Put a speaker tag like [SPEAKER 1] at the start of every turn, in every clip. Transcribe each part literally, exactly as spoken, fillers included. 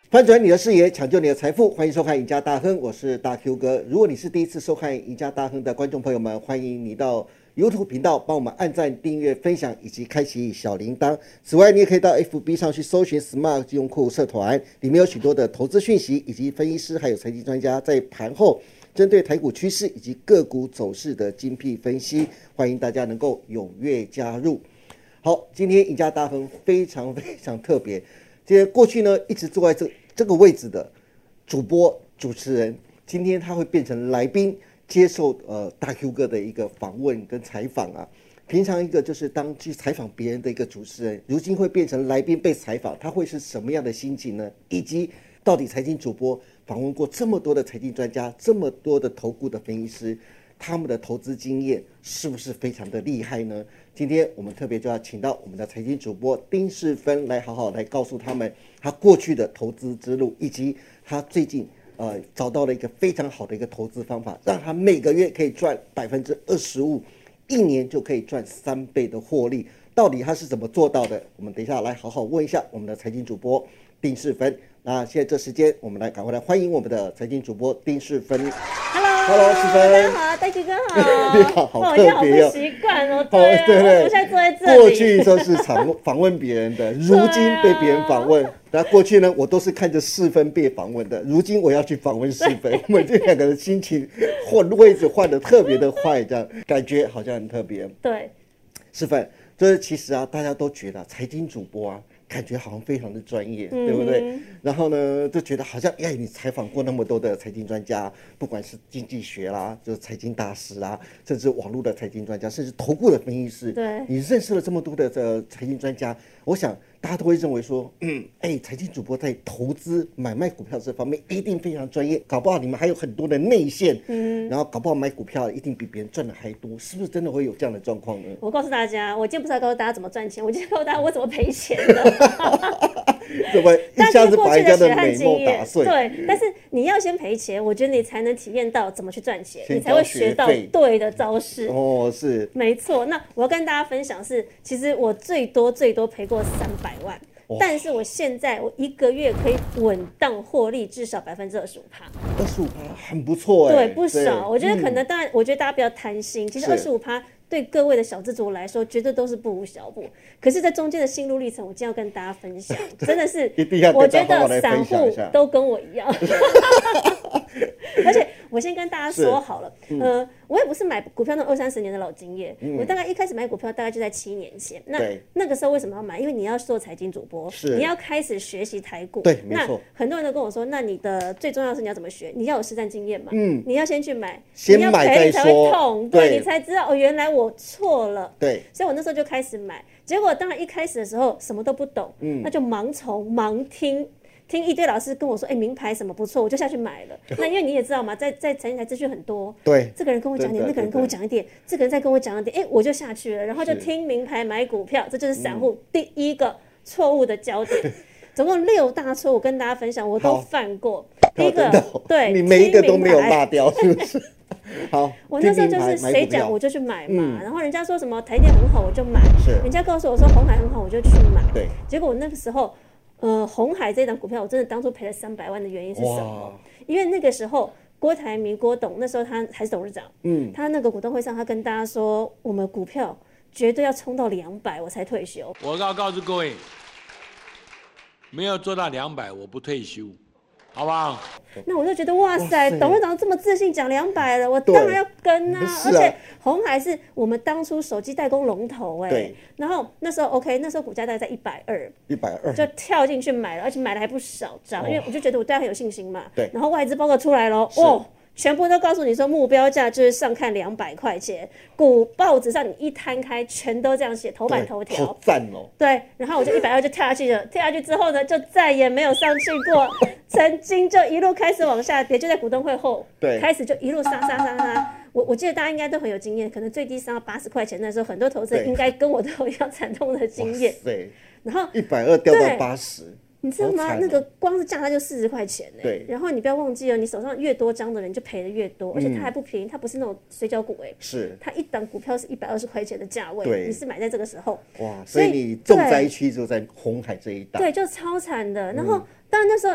[SPEAKER 1] 翻转你的视野，抢救你的财富，欢迎收看《赢家大亨》，我是大 Q 哥。如果你是第一次收看《赢家大亨》的观众朋友们，欢迎你到 YouTube 频道帮我们按赞、订阅、分享以及开启小铃铛。此外，你也可以到 F B 上去搜寻 Smart 金融库社团，里面有许多的投资讯息，以及分析师还有财经专家在盘后针对台股趋势以及个股走势的精辟分析，欢迎大家能够踊跃加入。好，今天赢家大亨非常非常特别。今天过去呢，一直坐在这这个位置的主播主持人，今天他会变成来宾，接受呃大 Q 哥的一个访问跟采访啊。平常一个就是当去采访别人的一个主持人，如今会变成来宾被采访，他会是什么样的心情呢？以及到底财经主播访问过这么多的财经专家，这么多的投顾的分析师，他们的投资经验是不是非常的厉害呢？今天我们特别就要请到我们的财经主播丁世芬来好好来告诉他们他过去的投资之路，以及他最近呃找到了一个非常好的一个投资方法，让他每个月可以赚百分之二十五，一年就可以赚三倍的获利。到底他是怎么做到的？我们等一下来好好问一下我们的财经主播丁世芬。那现在这时间，我们来赶快来欢迎我们的财经主播丁世芬。
[SPEAKER 2] Hello，
[SPEAKER 1] 世芬，
[SPEAKER 2] 大家好，大 Q 哥好。
[SPEAKER 1] 你好，好特别哦。
[SPEAKER 2] 我现在好不习惯哦。对啊，
[SPEAKER 1] 对对，
[SPEAKER 2] 我现在坐在这里。
[SPEAKER 1] 过去都是访访问别人的，如今被别人访问。那、啊、过去呢，我都是看着世芬被访问的，如今我要去访问世芬。我们这两个人心情换位置换得特别的快，这样感觉好像很特别。
[SPEAKER 2] 对，
[SPEAKER 1] 世芬，就是其实啊，大家都觉得财经主播啊。感觉好像非常的专业，嗯、对不对？然后呢，就觉得好像，哎，你采访过那么多的财经专家，不管是经济学啦，就是财经大师啦，甚至网络的财经专家，甚至投顾的分析师，
[SPEAKER 2] 对，
[SPEAKER 1] 你认识了这么多的这财经专家，我想大家都会认为说，嗯，哎，财经主播在投资买卖股票这方面一定非常专业，搞不好你们还有很多的内线，嗯，然后搞不好买股票一定比别人赚的还多，是不是真的会有这样的状况呢？
[SPEAKER 2] 我告诉大家，我今天不是要告诉大家怎么赚钱，我今天告诉大家我怎么赔钱的。
[SPEAKER 1] 怎么一下子把人家的美梦打碎？
[SPEAKER 2] 对，但是你要先赔钱，我觉得你才能体验到怎么去赚钱，你才会学到对的招式。
[SPEAKER 1] 哦，是，
[SPEAKER 2] 没错。那我要跟大家分享是，其实我最多最多赔过三百万。但是我现在我一个月可以稳当获利至少百分之二十五趴，
[SPEAKER 1] 二十五趴很不错哎、
[SPEAKER 2] 欸，对，不少。我觉得可能当然，我觉得大家不要贪心，其实二十五趴对各位的小资族来说，绝对都是不无小补。可是，在中间的心路历程，我今天要跟大家分享，真的是，我觉得散户都跟我一样。而且我先跟大家说好了，嗯、呃，我也不是买股票那二三十年的老经验，嗯、我大概一开始买股票大概就在七年前。那那个时候为什么要买？因为你要做财经主播，你要开始学习台股。
[SPEAKER 1] 对，没错。
[SPEAKER 2] 那很多人都跟我说，那你的最重要的是你要怎么学？你要有实战经验嘛。
[SPEAKER 1] 嗯，
[SPEAKER 2] 你要先去买，
[SPEAKER 1] 先买再说，
[SPEAKER 2] 你要赔才会痛，对，对你才知道哦，原来我错了。
[SPEAKER 1] 对，
[SPEAKER 2] 所以我那时候就开始买。结果当然一开始的时候什么都不懂，嗯，那就盲从盲听。听一堆老师跟我说，哎、欸，名牌什么不错，我就下去买了。那因为你也知道嘛，在在财经台资讯很多，
[SPEAKER 1] 对，
[SPEAKER 2] 这个人跟我讲一点，那个人跟我讲一点，这个人再跟我讲一点，哎、欸，我就下去了，然后就听名牌买股票，这就是散户第一个错误的焦点。嗯、总共六大错误跟大家分享，我都犯过。第一个，对，
[SPEAKER 1] 你每一个都没有落掉，是不是？好，
[SPEAKER 2] 我那时候就是谁讲我就去买嘛，嗯、然后人家说什么台电很好我就买，人家告诉我说鸿海很好我就去买，
[SPEAKER 1] 对，
[SPEAKER 2] 结果我那个时候。呃，鸿海这档股票，我真的当初赔了三百万的原因是什么？因为那个时候郭台铭郭董那时候他还是董事长，嗯，他那个股东会上，他跟大家说，我们股票绝对要冲到两百我才退休。
[SPEAKER 3] 我要告诉各位，没有做到两百，我不退休。好不好？
[SPEAKER 2] 那我就觉得哇塞，董事长这么自信讲两百了，我当然要跟啊！啊而且鸿海是我们当初手机代工龙头哎、欸，然后那时候 OK， 那时候股价大概在一百二，
[SPEAKER 1] 一百二就
[SPEAKER 2] 跳进去买了，而且买了还不少张，哦、因为我就觉得我对他很有信心嘛。
[SPEAKER 1] 对，
[SPEAKER 2] 然后外资报告出来了，哦。全部都告诉你说目标价就是上看两百块钱，股报纸上你一摊开，全都这样写，头版头条，
[SPEAKER 1] 好赞哦！
[SPEAKER 2] 对，然后我就一百二就跳下去了，跳下去之后呢，就再也没有上去过，曾经就一路开始往下跌，就在股东会后，
[SPEAKER 1] 对，
[SPEAKER 2] 开始就一路杀杀杀杀。我我记得大家应该都很有经验，可能最低杀到八十块钱，那时候很多投资人应该跟我都有一样惨痛的经验。
[SPEAKER 1] 对，
[SPEAKER 2] 然后
[SPEAKER 1] 一百二掉到八十。
[SPEAKER 2] 你知道吗？那个光是价它就四十块钱呢、欸。
[SPEAKER 1] 对。
[SPEAKER 2] 然后你不要忘记哦，你手上越多张的人就赔的越多，而且它还不便宜，它不是那种水饺股哎、欸。
[SPEAKER 1] 是。
[SPEAKER 2] 它一档股票是一百二十块钱的价位，
[SPEAKER 1] 对。
[SPEAKER 2] 你是买在这个时候。
[SPEAKER 1] 哇，所以你重灾区就在鸿海这一档。
[SPEAKER 2] 对，就超惨的。然后、嗯、当然那时候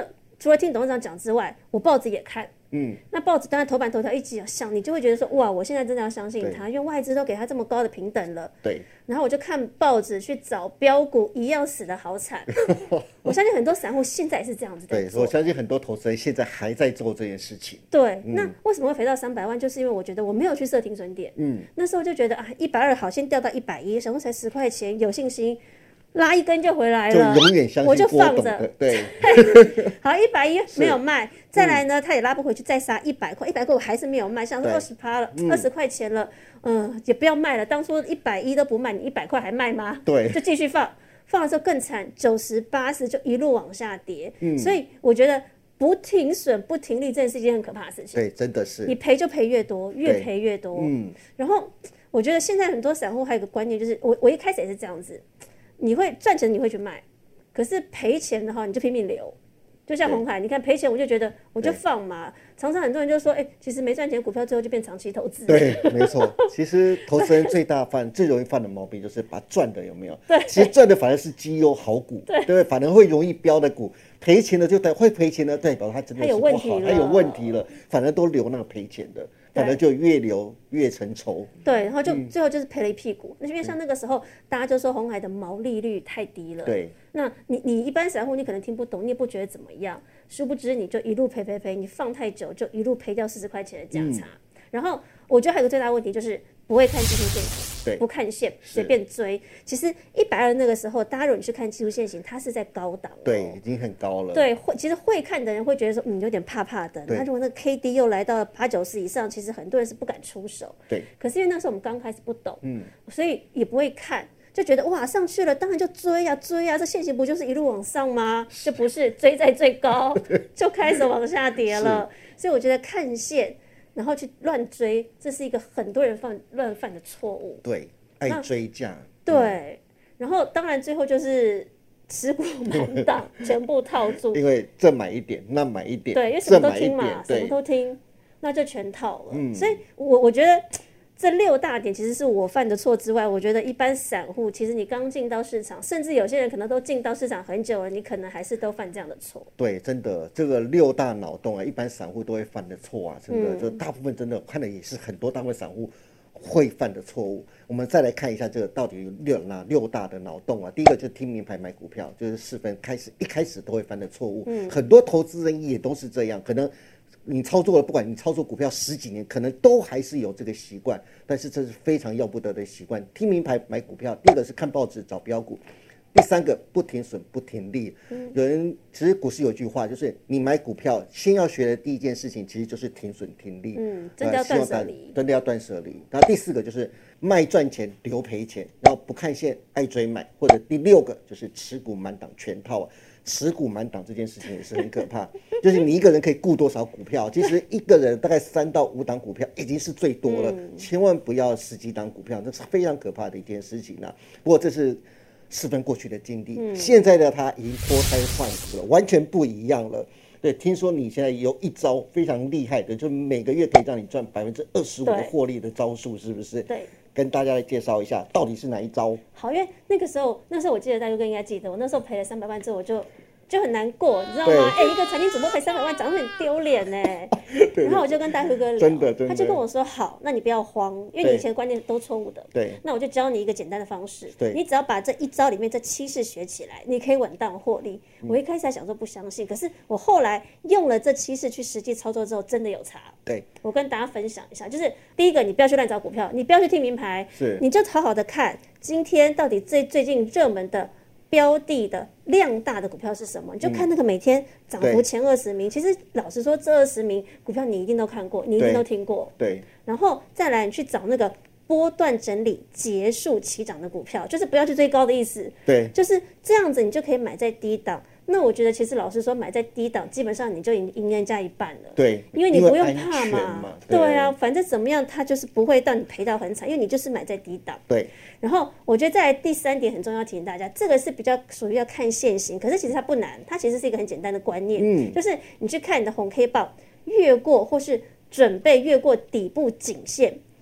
[SPEAKER 2] 除了听董事长讲之外，我报纸也看。嗯，那报纸当然头版头条一直想，你就会觉得说，哇，我现在真的要相信他，因为外资都给他这么高的平等了。
[SPEAKER 1] 对。
[SPEAKER 2] 然后我就看报纸去找标股，一样死得好惨。我相信很多散户现在也是这样子在做。
[SPEAKER 1] 对，我相信很多投资人现在还在做这件事情。
[SPEAKER 2] 对，嗯、那为什么会赔到三百万？就是因为我觉得我没有去设停损点。嗯，那时候就觉得啊，一百二好，先掉到一百一，想说才十块钱，有信心。拉一根就回来了，
[SPEAKER 1] 就永远相信
[SPEAKER 2] 我就放着。
[SPEAKER 1] 对，
[SPEAKER 2] 好，一百一没有卖，再来呢，他也拉不回去，再杀一百块，一百块我还是没有卖，想说二十趴了，二十块钱了，嗯，也不要卖了。当初一百一都不卖，你一百块还卖吗？
[SPEAKER 1] 对，
[SPEAKER 2] 就继续放，放的时候更惨，九十八十就一路往下跌。嗯，所以我觉得不停损不停利，这是一件很可怕的事情。
[SPEAKER 1] 对，真的是，
[SPEAKER 2] 你赔就赔越多，越赔越多。嗯，然后我觉得现在很多散户还有个观念，就是我我一开始也是这样子。你会赚钱，你会去卖，可是赔钱的话，你就拼命留。就像鸿海，你看赔钱，我就觉得我就放嘛。常常很多人就说，哎、欸，其实没赚钱的股票最后就变长期投资。
[SPEAKER 1] 对，没错。其实投资人最大犯、最容易犯的毛病就是把赚的有没有？对，其实赚的反而是绩优好股，对，对，反而会容易标的股，赔钱的就代会赔钱的代表它真的是不好，它有问题了，反而都留那个赔钱的。反正就越留越成仇，
[SPEAKER 2] 对，然后就、嗯、最后就是赔了一屁股。那因为像那个时候，大家就说鸿海的毛利率太低了，
[SPEAKER 1] 对。
[SPEAKER 2] 那你你一般散户你可能听不懂，你也不觉得怎么样，殊不知你就一路赔赔赔，你放太久就一路赔掉四十块钱的价差。嗯、然后我觉得还有个最大的问题就是不会看技术线型，
[SPEAKER 1] 对，
[SPEAKER 2] 不看线，随便追。其实一百二那个时候，大家如果你去看技术线型，它是在高档、哦，
[SPEAKER 1] 对，已经很高了。
[SPEAKER 2] 对，会其实会看的人会觉得说，嗯，有点怕怕的。那如果那个 K D 又来到八九十以上，其实很多人是不敢出手。
[SPEAKER 1] 对。
[SPEAKER 2] 可是因为那时候我们刚开始不懂，嗯，所以也不会看，就觉得哇上去了，当然就追啊追啊，这线型不就是一路往上吗？就不是追在最高，就开始往下跌了。所以我觉得看线。然后去乱追，这是一个很多人犯乱犯的错误。
[SPEAKER 1] 对，爱追价。
[SPEAKER 2] 对、嗯，然后当然最后就是持股满档，全部套住。
[SPEAKER 1] 因为这买一点，那买一点，
[SPEAKER 2] 对，因为什么都听嘛，什么都听，那就全套了。嗯、所以我我觉得这六大点其实是我犯的错之外，我觉得一般散户其实你刚进到市场，甚至有些人可能都进到市场很久了，你可能还是都犯这样的错。
[SPEAKER 1] 对，真的这个六大脑洞啊，一般散户都会犯的错啊，真的、嗯、就大部分真的看的也是很多大部分散户会犯的错误。我们再来看一下这个到底有六哪六大的脑洞啊？第一个就是听名牌买股票，就是四分开始一开始都会犯的错误、嗯，很多投资人也都是这样，可能。你操作了，不管你操作股票十几年，可能都还是有这个习惯，但是这是非常要不得的习惯。听名牌买股票，第二个是看报纸找标股，第三个不停损不停利。嗯、有人其实股市有句话，就是你买股票先要学的第一件事情，其实就是停损停利。
[SPEAKER 2] 嗯，真的要断舍离，
[SPEAKER 1] 真的要断舍离。然后第四个就是卖赚钱留赔钱，然后不看线爱追买，或者第六个就是持股满档全套啊。持股满档这件事情也是很可怕，就是你一个人可以顾多少股票？其实一个人大概三到五档股票已经是最多了，嗯、千万不要十几档股票，这是非常可怕的一件事情啊。不过这是四分过去的经历，嗯、现在的他已经脱胎换骨了，完全不一样了。对，听说你现在有一招非常厉害的，就每个月可以让你赚百分之二十五的获利的招数，是不是？
[SPEAKER 2] 对。
[SPEAKER 1] 跟大家来介绍一下，到底是哪一招？
[SPEAKER 2] 好，因为那个时候，那时候我记得大家应该记得，我那时候赔了三百万之后，我就就很难过，你知道吗？哎、欸，一个财经主播赔三百万，讲得很丢脸呢。然后我就跟大辉哥聊，
[SPEAKER 1] 真的真的，
[SPEAKER 2] 他就跟我说：“好，那你不要慌，因为你以前的观念都错误的。
[SPEAKER 1] 对，
[SPEAKER 2] 那我就教你一个简单的方式，
[SPEAKER 1] 对，
[SPEAKER 2] 你只要把这一招里面这七式学起来，你可以稳当获利。嗯、我一开始还想说不相信，可是我后来用了这七式去实际操作之后，真的有差。
[SPEAKER 1] 对，
[SPEAKER 2] 我跟大家分享一下，就是第一个，你不要去乱找股票，你不要去听名牌，
[SPEAKER 1] 是，
[SPEAKER 2] 你就好好的看今天到底最最近热门的。”标的的量大的股票是什么？你就看那个每天涨幅前二十名。其实老实说，这二十名股票你一定都看过，你一定都听过。
[SPEAKER 1] 对。
[SPEAKER 2] 然后再来，你去找那个波段整理结束起涨的股票，就是不要去追高的意思。
[SPEAKER 1] 对。
[SPEAKER 2] 就是这样子，你就可以买在低档。那我觉得，其实老实说，买在低档，基本上你就赢赢人家一半了。
[SPEAKER 1] 对，
[SPEAKER 2] 因为你不用怕嘛。
[SPEAKER 1] 嘛
[SPEAKER 2] 对, 对啊，反正怎么样，它就是不会让你赔到很惨，因为你就是买在低档。
[SPEAKER 1] 对。
[SPEAKER 2] 然后我觉得在第三点很重要，提醒大家，这个是比较属于要看线型，可是其实它不难，它其实是一个很简单的观念，嗯，就是你去看你的红 K 棒越过或是准备越过底部颈线。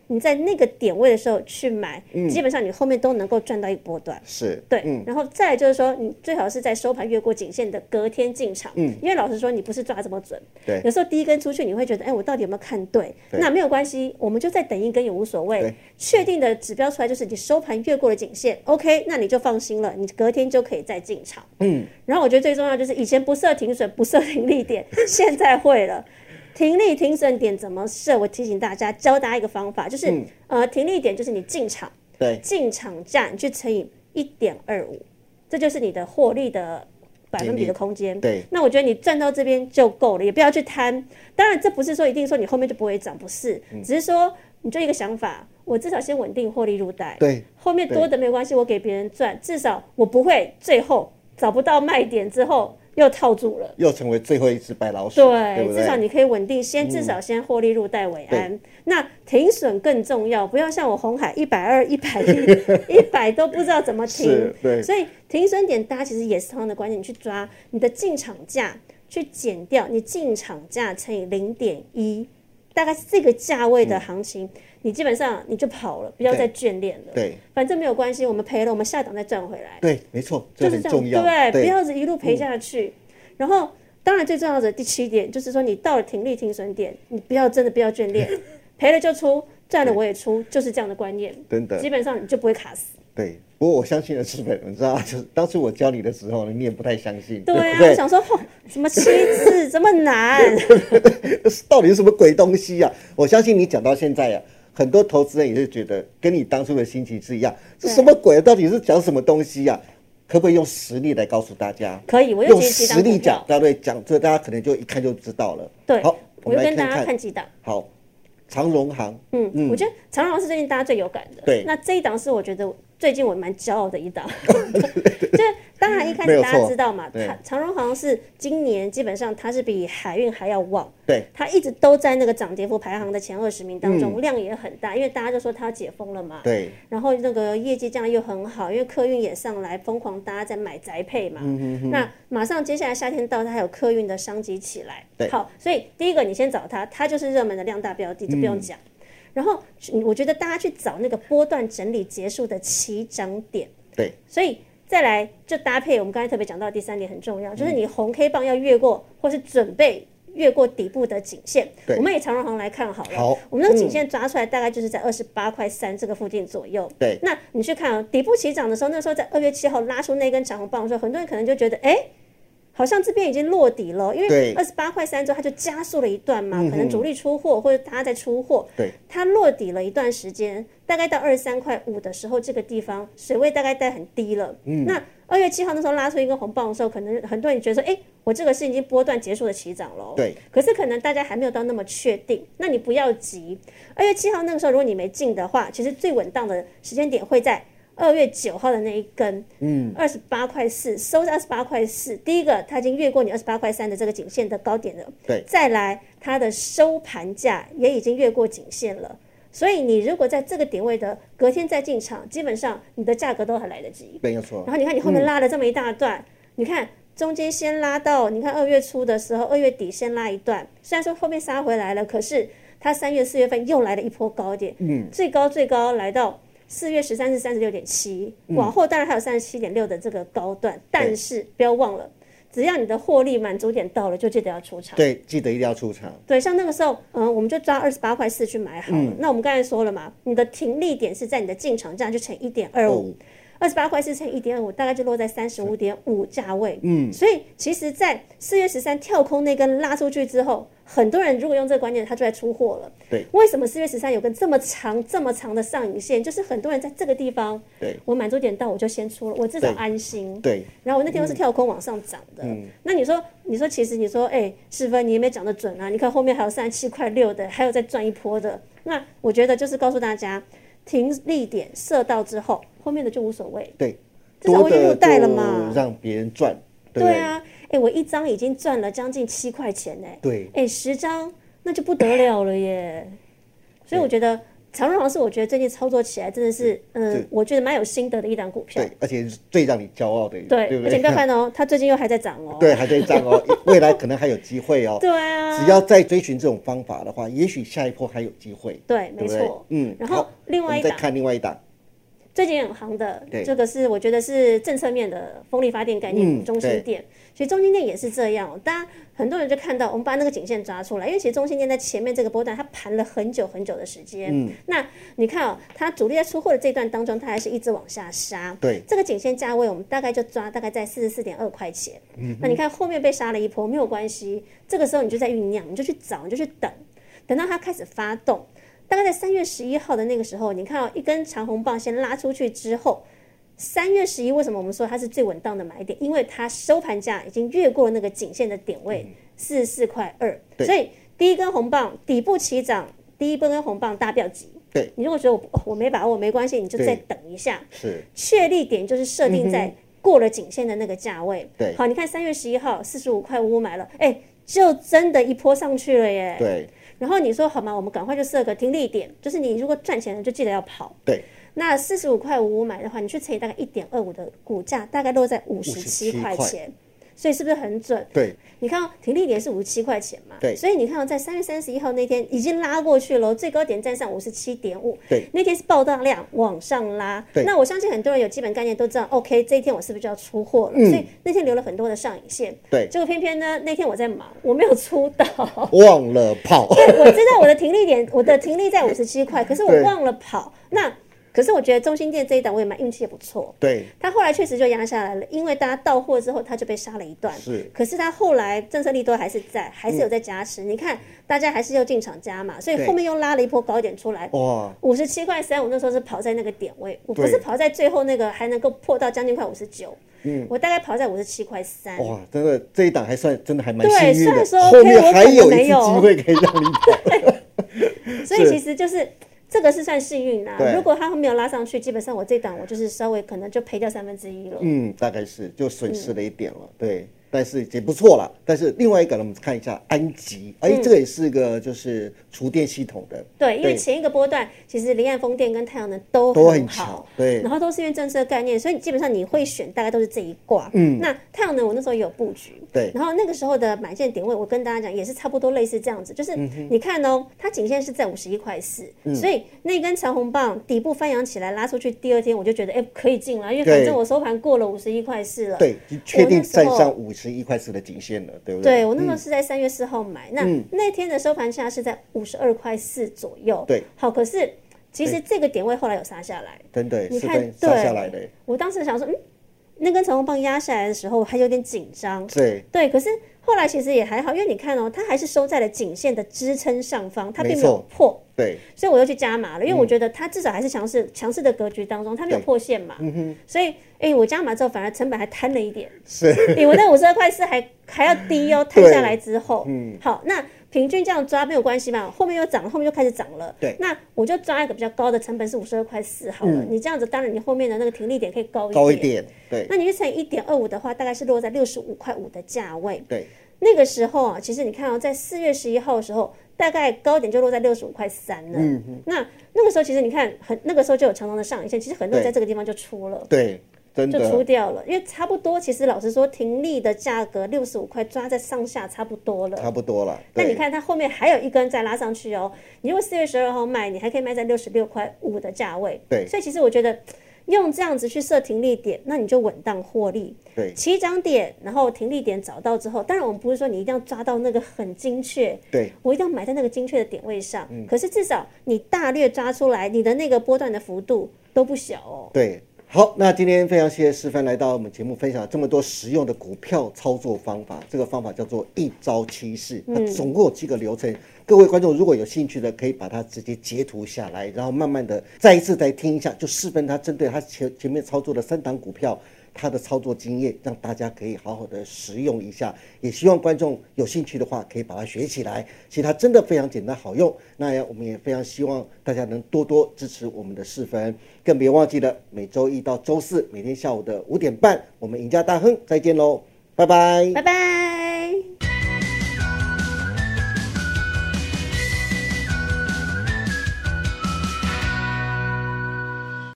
[SPEAKER 2] 你在那个点位的时候去买，嗯、基本上你后面都能够赚到一个波段。
[SPEAKER 1] 是，
[SPEAKER 2] 对、嗯。然后再来就是说，你最好是在收盘越过颈线的隔天进场，嗯，因为老实说，你不是抓这么准，
[SPEAKER 1] 对。
[SPEAKER 2] 有时候第一根出去，你会觉得，哎，我到底有没有看对？对那没有关系，我们就再等一根也无所谓。确定的指标出来就是你收盘越过了颈线 ，OK， 那你就放心了，你隔天就可以再进场。嗯。然后我觉得最重要就是以前不设停损，不设停利点，现在会了。停利停损点怎么设？我提醒大家，教大家一个方法，就是、嗯、呃，停利点就是你进场，
[SPEAKER 1] 对，
[SPEAKER 2] 进场价你去乘以一点二五，这就是你的获利的百分比的空间。
[SPEAKER 1] 对，
[SPEAKER 2] 那我觉得你赚到这边就够了，也不要去贪。当然，这不是说一定说你后面就不会涨，不是，嗯、只是说你就一个想法，我至少先稳定获利入袋，
[SPEAKER 1] 对，
[SPEAKER 2] 后面多的没有关系，我给别人赚，至少我不会最后找不到卖点之后。又套住了，
[SPEAKER 1] 又成为最后一只白老鼠。
[SPEAKER 2] 对，
[SPEAKER 1] 对不对
[SPEAKER 2] 至少你可以稳定，先、嗯、至少先获利入袋为安。那停损更重要，不要像我鸿海一百二、一百一、一百都不知道怎么停。
[SPEAKER 1] 对，
[SPEAKER 2] 所以停损点大家其实也是同样的观念，你去抓你的进场价，去减掉你进场价乘以零点一，大概是这个价位的行情。嗯你基本上你就跑了，不要再眷恋了。
[SPEAKER 1] 对，
[SPEAKER 2] 反正没有关系，我们赔了，我们下档再赚回来。
[SPEAKER 1] 对，没错，
[SPEAKER 2] 就是这样。
[SPEAKER 1] 重要
[SPEAKER 2] 对，对不要一路赔下去。嗯、然后，当然最重要的第七点就是说，你到了停利停损点，你不要真的不要眷恋，赔了就出，赚了我也出，就是这样的观念。
[SPEAKER 1] 真的，
[SPEAKER 2] 基本上你就不会卡死。
[SPEAKER 1] 对，不过我相信的是，你知道，就是当初我教你的时候，你也不太相信。
[SPEAKER 2] 对啊，
[SPEAKER 1] 对
[SPEAKER 2] 我想说，哦，什么七次这么难？
[SPEAKER 1] 到底是什么鬼东西啊？我相信你讲到现在啊。很多投资人也是觉得跟你当初的心情是一样，这什么鬼？到底是讲什么东西呀、啊？可不可以用实例来告诉大家？
[SPEAKER 2] 可以，我
[SPEAKER 1] 用实例讲，对不对？讲这大家可能就一看就知道了。
[SPEAKER 2] 对，
[SPEAKER 1] 好，
[SPEAKER 2] 我就跟大家看几档。
[SPEAKER 1] 好，长荣航，
[SPEAKER 2] 嗯嗯，我觉得长荣航是最近大家最有感的。
[SPEAKER 1] 对，
[SPEAKER 2] 那这一档是我觉得最近我蛮骄傲的一档，就是当然一开始大家知道嘛，它长荣航是今年基本上它是比海运还要旺，
[SPEAKER 1] 对，
[SPEAKER 2] 它一直都在那个涨跌幅排行的前二十名当中，嗯、量也很大，因为大家就说它要解封了嘛，
[SPEAKER 1] 对，
[SPEAKER 2] 然后那个业绩这样又很好，因为客运也上来，疯狂大家在买宅配嘛，嗯哼哼，那马上接下来夏天到，它还有客运的商机起来，
[SPEAKER 1] 对，
[SPEAKER 2] 好，所以第一个你先找它，它就是热门的量大标的，这不用讲。嗯然后我觉得大家去找那个波段整理结束的起涨点，
[SPEAKER 1] 对，
[SPEAKER 2] 所以再来就搭配我们刚才特别讲到的第三点很重要，就是你红 K 棒要越过或是准备越过底部的颈线。我们以长荣航来看好了，
[SPEAKER 1] 好，
[SPEAKER 2] 我们那个颈线抓出来大概就是在二十八块三这个附近左右。
[SPEAKER 1] 对，
[SPEAKER 2] 那你去看、哦、底部起涨的时候，那时候在二月七号拉出那根长红棒的时候，很多人可能就觉得，哎。好像这边已经落底了，因为二十八块三之后它就加速了一段嘛，可能主力出货或者大家在出货，
[SPEAKER 1] 对，
[SPEAKER 2] 它落底了一段时间，大概到二十三块五的时候，这个地方水位大概带很低了。嗯，那二月七号那时候拉出一根红棒的时候，可能很多人觉得说，哎，我这个是已经波段结束的起涨了。
[SPEAKER 1] 对，
[SPEAKER 2] 可是可能大家还没有到那么确定，那你不要急。二月七号那个时候，如果你没进的话，其实最稳当的时间点会在二月九号的那一根，嗯，二十八块四收在二十八块四。第一个，它已经越过你二十八块三的这个颈线的高点了。
[SPEAKER 1] 对，
[SPEAKER 2] 再来，它的收盘价也已经越过颈线了。所以你如果在这个点位的隔天再进场，基本上你的价格都还来得及。
[SPEAKER 1] 没有错。
[SPEAKER 2] 然后你看你后面拉了这么一大段，嗯、你看中间先拉到，你看二月初的时候，二月底先拉一段，虽然说后面杀回来了，可是它三月、四月份又来了一波高点，嗯，最高最高来到。四月十三是三十六点七，往后当然还有三十七点六的这个高段，但是不要忘了，只要你的获利满足点到了，就记得要出场。
[SPEAKER 1] 对，记得一定要出场。
[SPEAKER 2] 对，像那个时候，嗯，我们就抓二十八块四去买好了。嗯、那我们刚才说了嘛，你的停利点是在你的进场价就乘一点二五。二十八块四乘一点五，大概就落在三十五点五价位。嗯，所以其实，在四月十三跳空那根拉出去之后，很多人如果用这个观念，他就在出货了。
[SPEAKER 1] 对，
[SPEAKER 2] 为什么四月十三有根这么长、这么长的上影线？就是很多人在这个地方，
[SPEAKER 1] 对，
[SPEAKER 2] 我满足点到，我就先出了，我至少安心。
[SPEAKER 1] 对，
[SPEAKER 2] 然后我那天又是跳空往上涨的。嗯，那你说，你说，其实你说，哎，世芬，你也没讲得准啊？你看后面还有三十七块六的，还有再赚一波的。那我觉得就是告诉大家，停利点设到之后，后面的就无所谓。
[SPEAKER 1] 对。
[SPEAKER 2] 至少我已经入袋了嘛，
[SPEAKER 1] 让别人赚。
[SPEAKER 2] 对, 对啊，哎、欸，我一张已经赚了将近七块钱呢。
[SPEAKER 1] 对，
[SPEAKER 2] 哎、欸，十张那就不得了了耶。所以我觉得长荣航是我觉得最近操作起来真的是，嗯，我觉得蛮有心得的一档股票。
[SPEAKER 1] 对，而且是最让你骄傲的，
[SPEAKER 2] 对，
[SPEAKER 1] 对不对？
[SPEAKER 2] 而且不要看哦，它最近又还在涨哦。
[SPEAKER 1] 对，还在涨哦，未来可能还有机会哦。
[SPEAKER 2] 对啊，
[SPEAKER 1] 只要再追寻这种方法的话，也许下一波还有机会。
[SPEAKER 2] 对，
[SPEAKER 1] 对，
[SPEAKER 2] 没错。
[SPEAKER 1] 嗯，
[SPEAKER 2] 然后另外一档，
[SPEAKER 1] 再看另外一档。
[SPEAKER 2] 最近很行的，这个是我觉得是政策面的风力发电概念股，中兴电。其实中兴电也是这样，大家很多人就看到，我们把那个颈线抓出来，因为其实中兴电在前面这个波段它盘了很久很久的时间。嗯，那你看哦，它主力在出货的这段当中，它还是一直往下杀。
[SPEAKER 1] 对，
[SPEAKER 2] 这个颈线价位我们大概就抓大概在四十四点二块钱。嗯，那你看后面被杀了一波没有关系，这个时候你就在酝酿，你就去找，你就去等，等到它开始发动。大概在三月十一号的那个时候，你看到、哦、一根长红棒先拉出去之后，三月十一为什么我们说它是最稳当的买点？因为它收盘价已经越过那个颈线的点位四十四块二，所以第一根红棒底部起涨，第一根红棒大标急。
[SPEAKER 1] 对，
[SPEAKER 2] 你如果觉得 我,、哦、我没把握，没关系，你就再等一下。
[SPEAKER 1] 是，
[SPEAKER 2] 确立点就是设定在过了颈线的那个价位。
[SPEAKER 1] 对，
[SPEAKER 2] 好，你看三月十一号四十五块五买了，哎，就真的一波上去了耶。
[SPEAKER 1] 对。
[SPEAKER 2] 然后你说好吗？我们赶快就设个停利点，就是你如果赚钱了，就记得要跑。
[SPEAKER 1] 对。
[SPEAKER 2] 那四十五块五买的话，你去乘以大概一点二五的股价，大概落在五十七块钱，所以是不是很准？
[SPEAKER 1] 对。
[SPEAKER 2] 你看、哦，停利点是五十七块钱嘛？
[SPEAKER 1] 对。
[SPEAKER 2] 所以你看、哦，在三月三十一号那天已经拉过去了，最高点站上五十七点五。
[SPEAKER 1] 对。
[SPEAKER 2] 那天是爆大量往上拉。
[SPEAKER 1] 对。
[SPEAKER 2] 那我相信很多人有基本概念都知道 ，OK， 这一天我是不是就要出货了？嗯、所以那天留了很多的上影线。
[SPEAKER 1] 对。
[SPEAKER 2] 结果偏偏呢，那天我在忙，我没有出到，
[SPEAKER 1] 忘了跑。
[SPEAKER 2] 对，我知道我的停利点，我的停利在五十七块，可是我忘了跑。那可是我觉得中兴电这一档我也蛮运气也不错，
[SPEAKER 1] 对，
[SPEAKER 2] 它后来确实就压下来了，因为大家到货之后它就被杀了一段，
[SPEAKER 1] 是，
[SPEAKER 2] 可是它后来政策力都还是在，还是有在加持、嗯、你看大家还是又进场加嘛，所以后面又拉了一波高点出来，哇，五十七块三，我那时候是跑在那个点位，我不是跑在最后那个还能够破到将近快五十九，嗯，我大概跑在五十七块三，
[SPEAKER 1] 哇，真的这一档还算真的还蛮幸运的，
[SPEAKER 2] 对，虽然说、
[SPEAKER 1] OK, 后面还有一次机会可以让你跑，
[SPEAKER 2] 所以其实就是这个是算幸运啦、啊，如果它没有拉上去，基本上我这档我就是稍微可能就赔掉三分之一了。
[SPEAKER 1] 嗯，大概是就损失了一点了，嗯、对。但是也不错啦。但是另外一个呢，我们看一下安吉，哎、嗯，这个也是个就是厨电系统的。
[SPEAKER 2] 对，因为前一个波段其实离岸风电跟太阳能都很好，
[SPEAKER 1] 都很强，对。
[SPEAKER 2] 然后都是因为政策概念，所以基本上你会选大概都是这一挂。嗯，那太阳能我那时候也有布局，
[SPEAKER 1] 对。
[SPEAKER 2] 然后那个时候的买进点位，我跟大家讲也是差不多类似这样子，就是你看哦，它颈线是在五十一块四，所以那根长红棒底部翻扬起来拉出去，第二天我就觉得哎可以进了，因为反正我收盘过了五十一块四了，
[SPEAKER 1] 对，确定站上五十一块四的颈线了，对不对？
[SPEAKER 2] 对，我那时候是在三月四号买，那、嗯、那天的收盘价是在五十二块四左右。
[SPEAKER 1] 对，
[SPEAKER 2] 好，可是其实这个点位后来有杀下来，
[SPEAKER 1] 真的，
[SPEAKER 2] 你看，
[SPEAKER 1] 杀下来的。
[SPEAKER 2] 我当时想说，嗯，那根长红棒压下来的时候还有点紧张，
[SPEAKER 1] 对，
[SPEAKER 2] 对，可是后来其实也还好，因为你看哦，它还是收在了颈线的支撑上方，它并没有破。
[SPEAKER 1] 对，
[SPEAKER 2] 所以我又去加码了，因为我觉得它至少还是强势强势的格局当中，它没有破线嘛。嗯哼。所以，哎、欸，我加码之后反而成本还摊了一点，
[SPEAKER 1] 是，
[SPEAKER 2] 比我那五十二块四还还要低哦。摊下来之后，嗯，好，那平均这样抓没有关系嘛，后面又涨，后面就开始涨了。
[SPEAKER 1] 对，
[SPEAKER 2] 那我就抓一个比较高的成本是五十二块四好了、嗯。你这样子，当然你后面的那个停利点可以高一点。
[SPEAKER 1] 高一点，对。
[SPEAKER 2] 那你去乘以一点二五的话，大概是落在六十五块五的价位。
[SPEAKER 1] 对。
[SPEAKER 2] 那个时候啊，其实你看哦，在四月十一号的时候，大概高点就落在六十五块三了。嗯嗯。那那个时候其实你看，很那个时候就有长长的上影线，其实很多人在这个地方就出了。
[SPEAKER 1] 对，真的
[SPEAKER 2] 就出掉了，因为差不多，其实老实说，停利的价格六十五块抓在上下差不多了。
[SPEAKER 1] 差不多了。
[SPEAKER 2] 那你看它后面还有一根再拉上去哦，你如果四月十二号卖，你还可以卖在六十六块五的价位。
[SPEAKER 1] 对。
[SPEAKER 2] 所以其实我觉得。用这样子去设停利点，那你就稳当获利。
[SPEAKER 1] 对，
[SPEAKER 2] 起涨点，然后停利点找到之后，当然我们不是说你一定要抓到那个很精确，
[SPEAKER 1] 对，
[SPEAKER 2] 我一定要买在那个精确的点位上。嗯，可是至少你大略抓出来，你的那个波段的幅度都不小哦。
[SPEAKER 1] 对，好，那今天非常谢谢诗帆来到我们节目分享这么多实用的股票操作方法，这个方法叫做一招七式，它总共有几个流程。各位观众如果有兴趣的，可以把它直接截图下来，然后慢慢的再一次再听一下，就示范他针对他前前面操作的三档股票，他的操作经验，让大家可以好好的实用一下。也希望观众有兴趣的话，可以把它学起来。其实它真的非常简单好用。那我们也非常希望大家能多多支持我们的世芬，更别忘记了每周一到周四每天下午的五点半，我们赢家大亨再见喽，拜拜，
[SPEAKER 2] 拜拜。